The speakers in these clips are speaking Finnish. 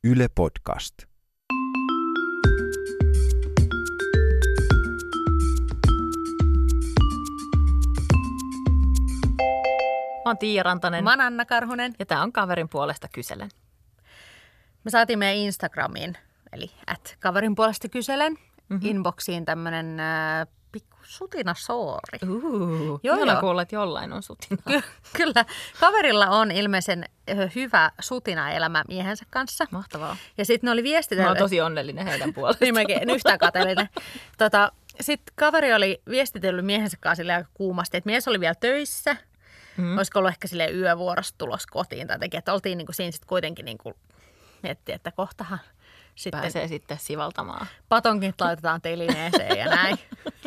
Yle Podcast. Mä oon Tiia Rantanen. Mä oon Anna Karhunen. Ja tää on Kaverin puolesta kyselen. Me saatiin meidän Instagramiin, eli @kaverin puolesta kyselen, inboxiin tämmönen pikku sutinasoori. Joo. Kuulla, että jollain on sutina. Kyllä. Kaverilla on ilmeisen hyvä sutinaelämä miehensä kanssa. Mahtavaa. Ja sitten ne oli viestitellyt. Mä oon tosi onnellinen heidän puolestaan. Niin mäkin, en yhtään kateellinen. Sitten kaveri oli viestitellyt miehensä kanssa aika kuumasti, että mies oli vielä töissä. Olisiko ollut ehkä silleen yövuorosta tulos kotiin tai jotenkin, että oltiin niinku siinä sitten kuitenkin niinku miettiä, että kohtahan sitten pääsee sitten sivaltamaan. Patonkin laitetaan telineeseen ja näin.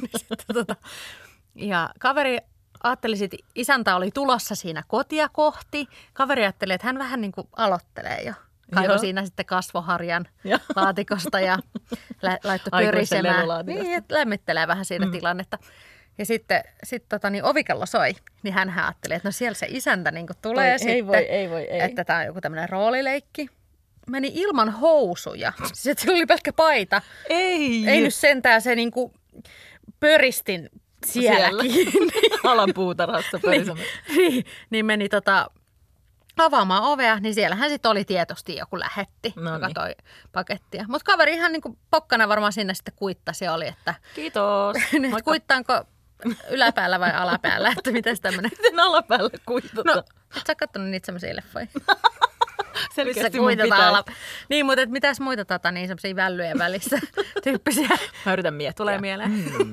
Ja kaveri ajatteli, että isäntä oli tulossa siinä kotia kohti. Kaveri ajatteli, että hän vähän niin kuin aloittelee jo. Kaivoi siinä sitten kasvoharjan laatikosta ja laittoi pyrisemään. Niin, että lämmittelee vähän siinä tilannetta. Ja sitten ovikello soi, niin hän ajatteli, että no siellä se isäntä niin kuin tulee ei voi. Että tämä on joku tämmöinen roolileikki. Meni ilman housuja. Siis että sillä oli pelkkä paita. Ei nyt sentään se niinku pöristin siellä kiinni. Alapuutarhassa pörisemään. niin meni avaamaan ovea, niin siellähän sitten oli tietysti joku lähetti, joka toi pakettia. Mutta kaveri ihan niinku pokkana varmaan sinne sitten kuittasi ja oli, että kiitos. Kuittaanko yläpäällä vai alapäällä, että mitäs tämmöinen. Miten alapäällä kuitataan? No, et sä kattonut niitä semmoisia leffoja? Selkeästi mun pitää. Niin, mutta mitäs muita niin semmoisia vällyjen välissä tyyppisiä. Mä yritän miettiä. Tulee mieleen.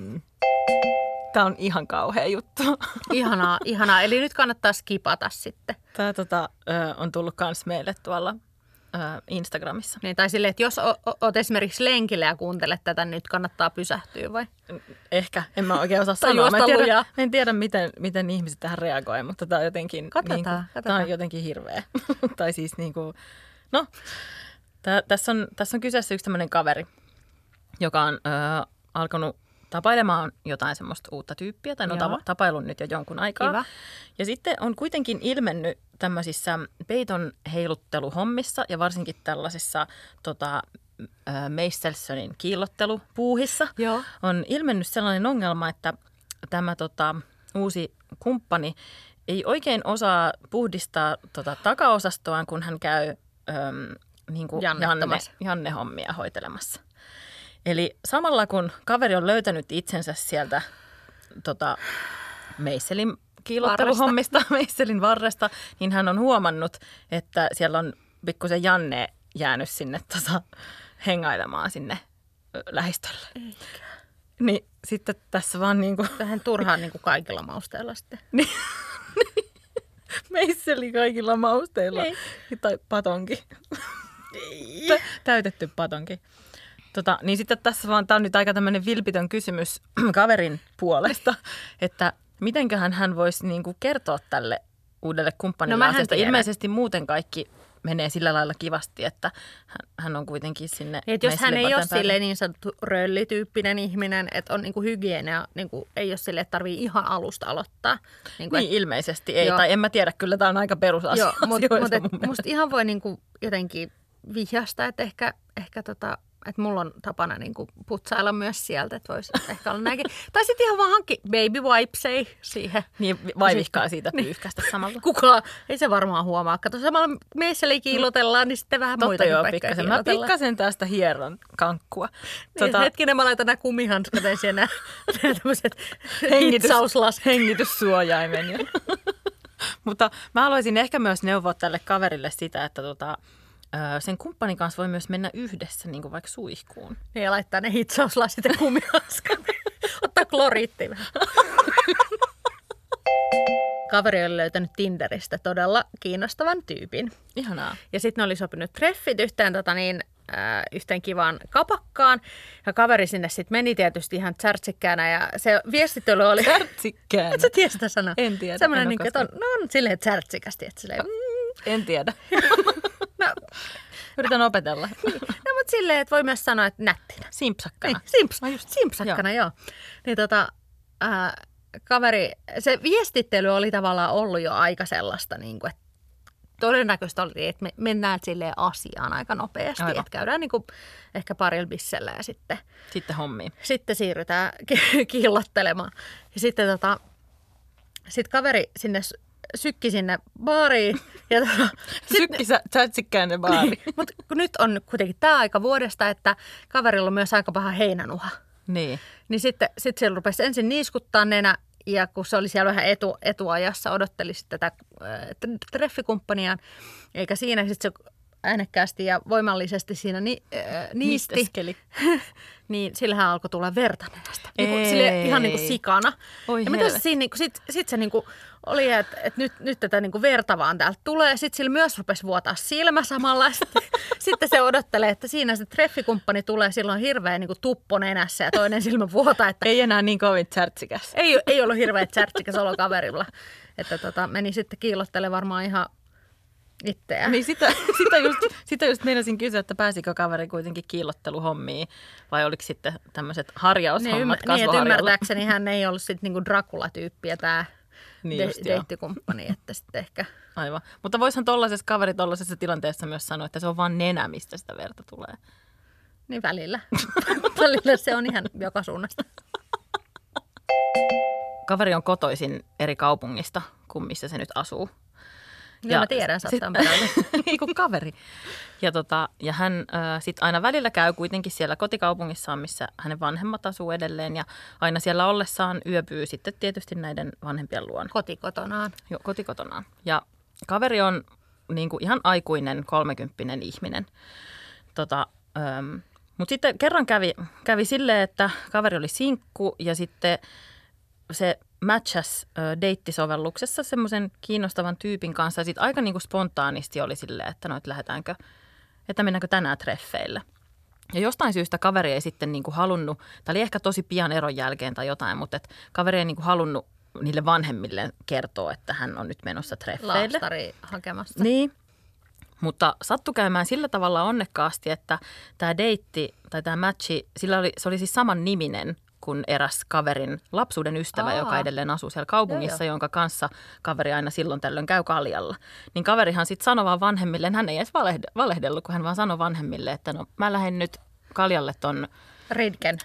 Tää on ihan kauhea juttu. Ihanaa. Eli nyt kannattaa skipata sitten. Tää on tullut kans meille tuolla Instagramissa. Niin, tai silleen, että jos oot esimerkiksi lenkillä ja kuuntelet tätä, niin nyt kannattaa pysähtyä vai? Ehkä, en mä oikein osaa sanoa. Mä en tiedä miten ihmiset tähän reagoi, mutta tää on jotenkin, katsotaan. Tää on jotenkin hirveä. Tai siis niinku, no, tässä on kyseessä yksi tämmöinen kaveri, joka on alkanut tapailemaan jotain semmoista uutta tyyppiä, tai tapailun nyt jo jonkun aikaa. Kiva. Ja sitten on kuitenkin ilmennyt tämmöisissä peiton heilutteluhommissa ja varsinkin tällaisissa Meiselsonin kiillottelupuuhissa on ilmennyt sellainen ongelma, että tämä uusi kumppani ei oikein osaa puhdistaa takaosastoaan, kun hän käy niin kuin Janne-hommia hoitelemassa. Eli samalla kun kaveri on löytänyt itsensä sieltä Meiselin kiillotteluhommista, Meiselin varresta, niin hän on huomannut, että siellä on pikkusen Janne jäänyt sinne hengailemaan sinne lähistölle. Eikä. Niin sitten tässä vaan niinku vähän turhaan niinku kaikilla mausteilla sitten. Meisseli kaikilla mausteilla. Ei. Tai patonki. Täytetty patonki. Niin sitten tässä vaan, tämä on nyt aika tämmöinen vilpitön kysymys kaverin puolesta, että mitenköhän hän voisi niinku kertoa tälle uudelle kumppanille asiasta. Ilmeisesti muuten kaikki menee sillä lailla kivasti, että hän on kuitenkin sinne. Että jos hän ei ole silleen niin sanottu röllityyppinen ihminen, että on niinku hygienia, niinku, ei ole silleen, että tarvii ihan alusta aloittaa. Niin ilmeisesti ei, tai en mä tiedä, kyllä tämä on aika perusasia. Mutta musta ihan voi niinku jotenkin vihjasta, että ehkä että mulla on tapana niinku putsailla myös sieltä, että voisi ehkä olla näinkin. Tai sitten ihan vaan hankki baby wipesei siihen. Niin vaivihkaa siitä pyyhkästä samalla. Kukaan, ei se varmaan huomaa. Kato, samalla meisseli kiillotellaan, niin sitten vähän muitakin paikkoja kiillotellaan. Mä pikkasen tästä hieron kankkua. Hetkinen, mä laitan nämä kumihanskat ensin nämä tämmöiset hengityssuojaimen. Mutta mä haluaisin ehkä myös neuvoa tälle kaverille sitä, että sen kumppanin kanssa voi myös mennä yhdessä, niin kuin vaikka suihkuun. Ja laittaa ne hitsauslasit ja kumihanskat. Ottaa kloriittia vähän. Kaveri oli löytänyt Tinderistä todella kiinnostavan tyypin. Ihanaa. Ja sitten ne oli sopinut treffit yhteen kivaan kapakkaan. Ja kaveri sinne sitten meni tietysti ihan tsärtsikkäänä. Ja se viestittely oli... Tsärtsikkäänä? Et sä tiedä sitä sanaa? En tiedä. Semmoinen, niin, että on silleen tsärtsikästi. Että silleen, en tiedä. Yritän opetella. Niin. No, mutta silleen, että voi myös sanoa, että nättinä. Simpsakkana. Simpsakkana, joo. Niin kaveri, se viestittely oli tavallaan ollut jo aika sellaista, niin kuin, että todennäköistä oli, että me mennään silleen asiaan aika nopeasti. Aivan. Että käydään niin kuin ehkä parilla bissellä ja sitten hommiin. Sitten siirrytään kiillottelemaan. Ja sitten sit kaveri sykki sinne baariin. Ja sykki tsätsikkään ne baariin. Mutta nyt on kuitenkin tämä aika vuodesta, että kaverilla on myös aika paha heinänuha. Niin sitten se rupesi ensin niiskuttaa nenä. Ja kun se oli siellä vähän etuajassa, odotteli sitten tätä treffikumppaniaan, eikä siinä sitten se äänekkäästi ja voimallisesti siinä niisti, niin sillähän alkoi tulla verta nenästä. Sille ihan niin kuin sikana. Oi ja mitä siinä, niin sitten se niin kuin oli, että nyt tätä niin kuin verta vaan täältä tulee. Sitten sillä myös rupesi vuotaa silmä samalla. Sitten se odottelee, että siinä se treffikumppani tulee, silloin hirveä niin kuin tuppo nenässä ja toinen silmä vuotaa. Että ei enää niin kovin tsärtsikäs. Ei ollut hirveä tsärtsikäs olo kaverilla. Että meni sitten kiillottelemaan varmaan ihan itseään. Niin sitä just meinasin kysyä, että pääsikö kaveri kuitenkin kiillotteluhommiin vai oliko sitten tämmöiset harjaushommat kasvoharjalla? Niin, ymmärtääkseni hän ei ollut sitten niinku Dracula-tyyppiä tämä deittikumppani, että sitten ehkä. Aivan, mutta voisihan kaveri tollaisessa tilanteessa myös sanoa, että se on vaan nenä, mistä sitä verta tulee. Niin välillä. Välillä se on ihan joka suunnasta. Kaveri on kotoisin eri kaupungista kuin missä se nyt asuu. Ja mä tiedän, saattaa perällä. Niin kuin kaveri. Ja hän sitten aina välillä käy kuitenkin siellä kotikaupungissaan, missä hänen vanhemmat asuu edelleen. Ja aina siellä ollessaan yöpyy sitten tietysti näiden vanhempien luona. Kotikotonaan. Joo, kotikotonaan. Ja kaveri on niin kuin ihan aikuinen 30-vuotias ihminen. Mutta sitten kerran kävi silleen, että kaveri oli sinkku ja sitten se matchas deittisovelluksessa semmoisen kiinnostavan tyypin kanssa. Ja sitten aika niin kuin spontaanisti oli silleen, että että mennäänkö tänään treffeille. Ja jostain syystä kaveri ei sitten niin kuin halunnut, tämä oli ehkä tosi pian eron jälkeen tai jotain, mutta kaveri ei niin kuin halunnut niille vanhemmille kertoa, että hän on nyt menossa treffeille. Laastari hakemassa. Niin, mutta sattui käymään sillä tavalla onnekkaasti, että tämä deitti tai tämä matchi, se oli siis saman niminen kuin eräs kaverin lapsuuden ystävä, joka edelleen asuu siellä kaupungissa, jonka kanssa kaveri aina silloin tällöin käy kaljalla. Niin kaverihan sitten sanoi vaan vanhemmille, hän ei edes valehdellut, kun hän vaan sanoi vanhemmille, että no mä lähden nyt kaljalle ton Ridken.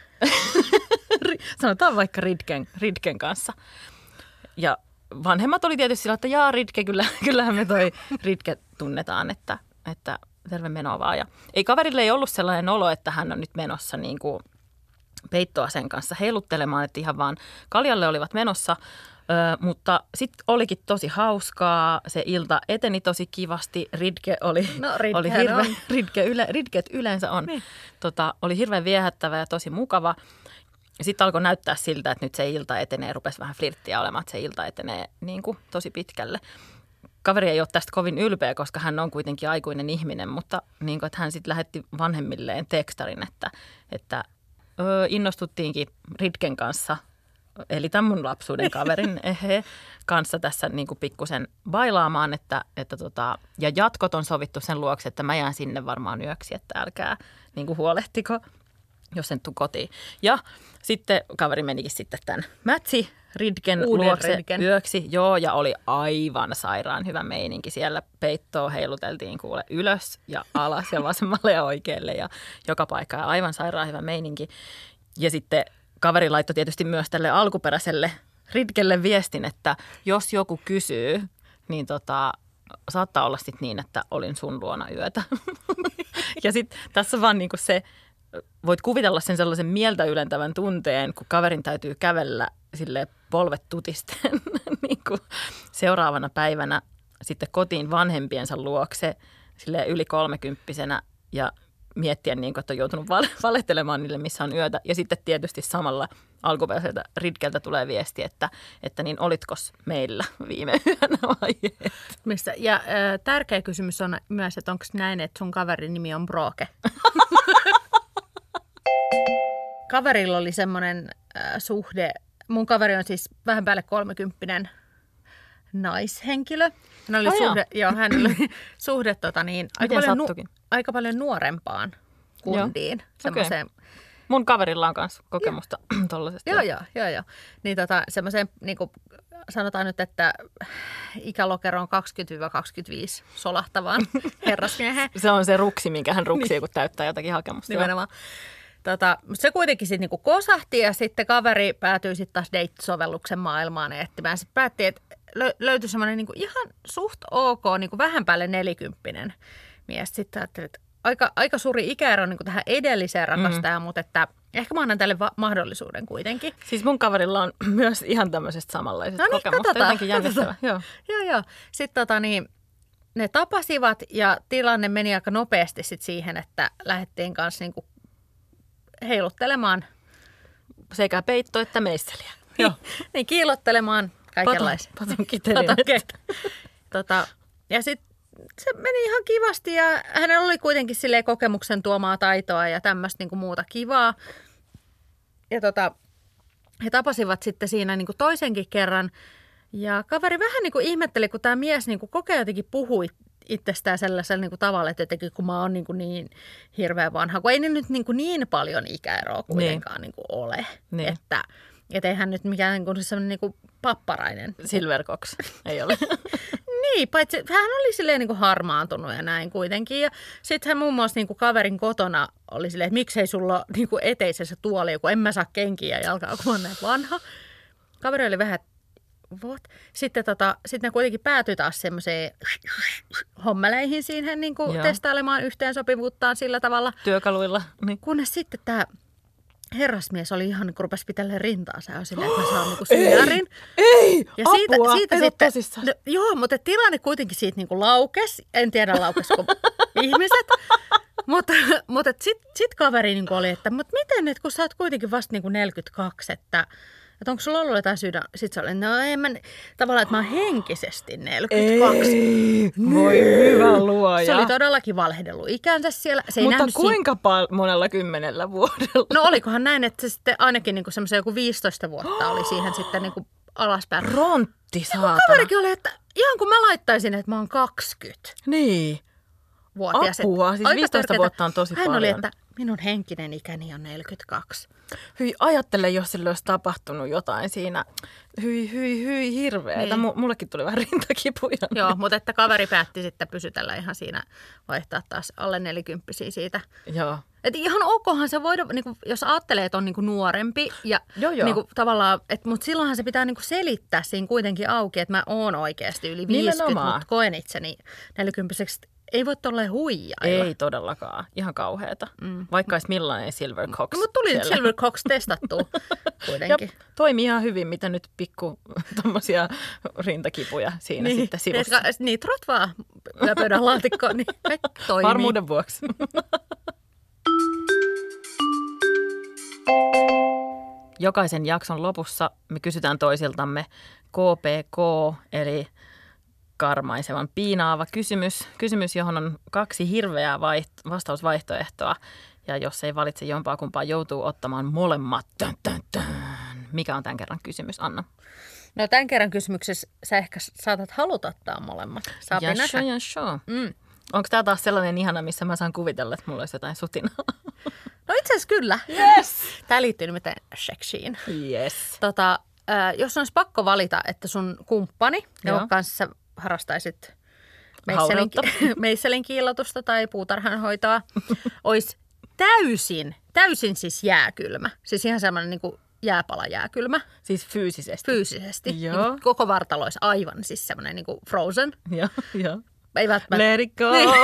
Sanotaan vaikka Ridken kanssa. Ja vanhemmat oli tietysti sillä, että jaa Ridke, kyllähän me toi Ridke tunnetaan, että terve menoa vaan. Ja kaverille ei ollut sellainen olo, että hän on nyt menossa niin kuin peittoa sen kanssa heiluttelemaan, että ihan vaan kaljalle olivat menossa, mutta sitten olikin tosi hauskaa, se ilta eteni tosi kivasti, Ridke oli hirveän, Ridket yleensä on, niin. Oli hirveän viehättävä ja tosi mukava. Sitten alkoi näyttää siltä, että nyt se ilta etenee, rupesi vähän flirttiä olemaan, että se ilta etenee niin kuin tosi pitkälle. Kaveri ei ole tästä kovin ylpeä, koska hän on kuitenkin aikuinen ihminen, mutta niin kuin, että hän sitten lähetti vanhemmilleen tekstarin, että innostuttiinkin Ridken kanssa, eli tämän mun lapsuuden kaverin kanssa tässä niin kuin pikkusen bailaamaan, ja jatkot on sovittu sen luokse, että mä jään sinne varmaan yöksi, että älkää niin kuin huolehtiko, jos en tuu kotiin. Ja sitten kaveri menikin sitten tämän Mätsi Ridken luokse yöksi, ja oli aivan sairaan hyvä meininki. Siellä peittoa heiluteltiin kuule ylös ja alas ja vasemmalle ja oikealle ja joka paikkaan aivan sairaan hyvä meininki. Ja sitten kaveri laittoi tietysti myös tälle alkuperäiselle Ridkelle viestin, että jos joku kysyy, niin saattaa olla sitten niin, että olin sun luona yötä. Ja sitten tässä vaan niinku se, voit kuvitella sen sellaisen mieltä ylentävän tunteen, kun kaverin täytyy kävellä sille polvet tutisten niin kuin seuraavana päivänä sitten kotiin vanhempiensa luokse sille yli 30-vuotiaana ja miettiä, niin kuin, että on joutunut valehtelemaan niille, missä on yötä. Ja sitten tietysti samalla alkuperäiseltä Ridkeltä tulee viesti, että niin olitkos meillä viime yönä vai et? Missä? Ja tärkeä kysymys on myös, että onko näin, että sun kaverin nimi on Broke? Kaverilla oli semmoinen suhde. Mun kaveri on siis vähän päälle 30 naishenkilö. Hän oli hän oli suhde aika paljon nuorempaan kundiin. Semmoiseen Mun kaverilla on myös kokemusta tollasesta. Joo. Niin semmoiseen, niin kuin sanotaan nyt, että ikälokero on 20-25 solahtavaan herrasmieheen. Se on se ruksi, minkä hän ruksii, kun täyttää jotakin hakemusta. Nimenomaan. Se kuitenkin sitten niinku kosahti ja sitten kaveri päätyi sitten taas date-sovelluksen maailmaan etsimään. Sitten päätti, että löytyi semmoinen niinku ihan suht ok, niinku vähän päälle 40 mies. Sitten ajattelin, että aika suuri ikäero niinku tähän edelliseen rakastajaan, mutta että ehkä mä annan tälle mahdollisuuden kuitenkin. Siis mun kaverilla on myös ihan tämmöisestä samanlaisesta kokemusta. Jotenkin jännittävä. Joo. Sitten ne tapasivat ja tilanne meni aika nopeasti sit siihen, että lähdettiin kanssa niinku heiluttelemaan. Sekä peitto että meisseliä. Joo. Niin kiilottelemaan kaikenlaisia. Ja sitten se meni ihan kivasti ja hänellä oli kuitenkin silleen kokemuksen tuomaa taitoa ja tämmöistä niinku muuta kivaa. Ja he tapasivat sitten siinä niinku toisenkin kerran. Ja kaveri vähän niinku ihmetteli, kun tämä mies niinku kokee jotenkin puhui itsestään sellaisella niinku tavalla, että jotenkin kun mä oon niin hirveän vanha, kun ei ne nyt niin paljon ikäeroa kuitenkaan niinku ole. Niin. Että eihän nyt mikään sellainen niinku papparainen. Silver Cox ei ole. Niin, paitsi hän oli silleen niinku harmaantunut ja näin kuitenkin. Ja sitten hän muun muassa niinku kaverin kotona oli silleen, että miksei sulla ole niinku eteisessä tuoli, kun en mä saa kenkiä ja jalkaa, kun mä oon näin vanha. Kaveri oli vähän, what? Sitten ne kuitenkin päätyi taas semmoiseen hommeleihin siihen niin kuin testailemaan yhteensopivuuttaan sillä tavalla. Työkaluilla. Niin. Kunnes sitten tämä herrasmies oli ihan niin kuin rupesi pitälleen rintaansa ja silleen, että mä saan niin kuin syörin. Ei, ja apua, siitä sitten, joo, mutta tilanne kuitenkin siitä niin kuin laukesi. En tiedä laukesko ihmiset. Mutta sitten kaveri niin kuin oli, että mutta miten nyt, kun sä oot kuitenkin vasta niin kuin 42, että onko sulla ollut jotain sydän? Sitten se oli, no en mä, tavallaan, että mä oon henkisesti 42. Ei, voi hyvä luoja. Se oli todellakin valehdellut ikänsä siellä. Se ei mutta kuinka monella 10 vuodella? No olikohan näin, että se sitten ainakin niinku semmoisen joku 15 vuotta oli siihen sitten niinku alaspäin. Rontti saatana. Kaverikin oli, että ihan kun mä laittaisin, että mä oon 20. Niin. Vuotias. Apua, siis 15 vuotta on tosi paljon. Hän oli, että minun henkinen ikäni on 42. Hyi, ajattele, jos sille olisi tapahtunut jotain siinä. Hyi, hirveetä. Niin. Mullekin tuli vähän rintakipuja. Joo, mutta että kaveri päätti sitten pysytellä ihan siinä, vaihtaa taas alle 40 siitä. Joo. Et ihan okohan se voida, niinku, jos ajattelee, että on niinku nuorempi, ja joo. Niinku, tavallaan, mutta silloinhan se pitää niinku selittää siinä kuitenkin auki, että mä oon oikeasti yli 50, mutta koen itseni 40-vuotiaaksi. Ei voi tolleen huijailla. Ei todellakaan. Ihan kauheata. Vaikka olisi millainen Silver Cox. No, mutta tuli siellä Silver Cox testattua kuitenkin. Ja toimi ihan hyvin, mitä nyt pikku tommosia rintakipuja siinä niin, sitten sivussa. Niin, trot vaan yöpöydän laatikkoon, niin kaikki toimii. Varmuuden vuoksi. Jokaisen jakson lopussa me kysytään toisiltamme KPK, eli karmaisevan piinaava kysymys, johon on 2 hirveää vastausvaihtoehtoa. Ja jos ei valitse jompaa kumpaa, joutuu ottamaan molemmat. Mikä on tämän kerran kysymys, Anna? No tämän kerran kysymyksessä sä ehkä saatat haluta ottaa molemmat. Jasho. Onko tämä taas sellainen ihana, missä mä saan kuvitella, että mulla olisi jotain sutinaa? No itse asiassa kyllä. Yes. Tämä liittyy nimittäin seksiin. Yes. Jos olisi pakko valita, että sun kumppani, jonka kanssa harrastaisit meisselin kiillotusta tai puutarhanhoitoa, olisi täysin siis jääkylmä. Siis ihan semmoinen niin kuin jääpalajääkylmä. Siis fyysisesti? Fyysisesti. Joo. Niin koko vartalo olisi aivan siis semmoinen niin kuin frozen. Joo. Ei välttämättä. Let it go. Niin.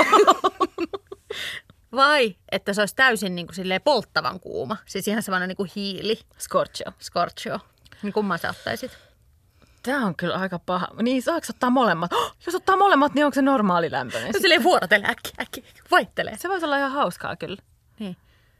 Vai että se olisi täysin niin kuin silleen polttavan kuuma. Siis ihan semmoinen niin kuin hiili. Scorchio. Niin kumman sä ottaisit? Tämä on kyllä aika paha. Niin, saako ottaa molemmat? Jos ottaa molemmat, niin onko se normaali lämpöinen? No silleen vuorotelle äkkiä. Vaihtelee. Se voisi olla ihan hauskaa kyllä. Niin.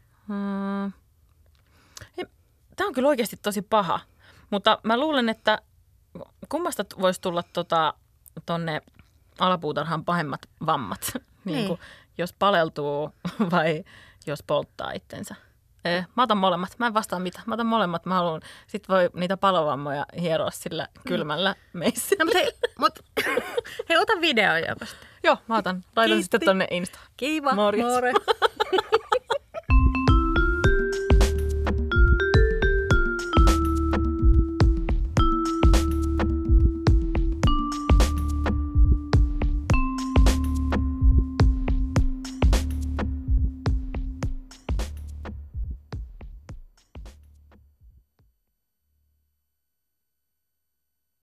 Tämä on kyllä oikeasti tosi paha. Mutta mä luulen, että kummasta voisi tulla tonne alapuutarhan pahemmat vammat. Niin kuin, jos paleltuu vai jos polttaa itsensä. Mä otan molemmat. Mä en vastaa mitään. Mä otan molemmat. Mä haluan. Sitten voi niitä palovammoja hieroa sillä kylmällä meissä. No, mutta hei, ota video jopa. Joo, mä otan. Laitan sitten tonne Insta. Kiva. Morjes. More.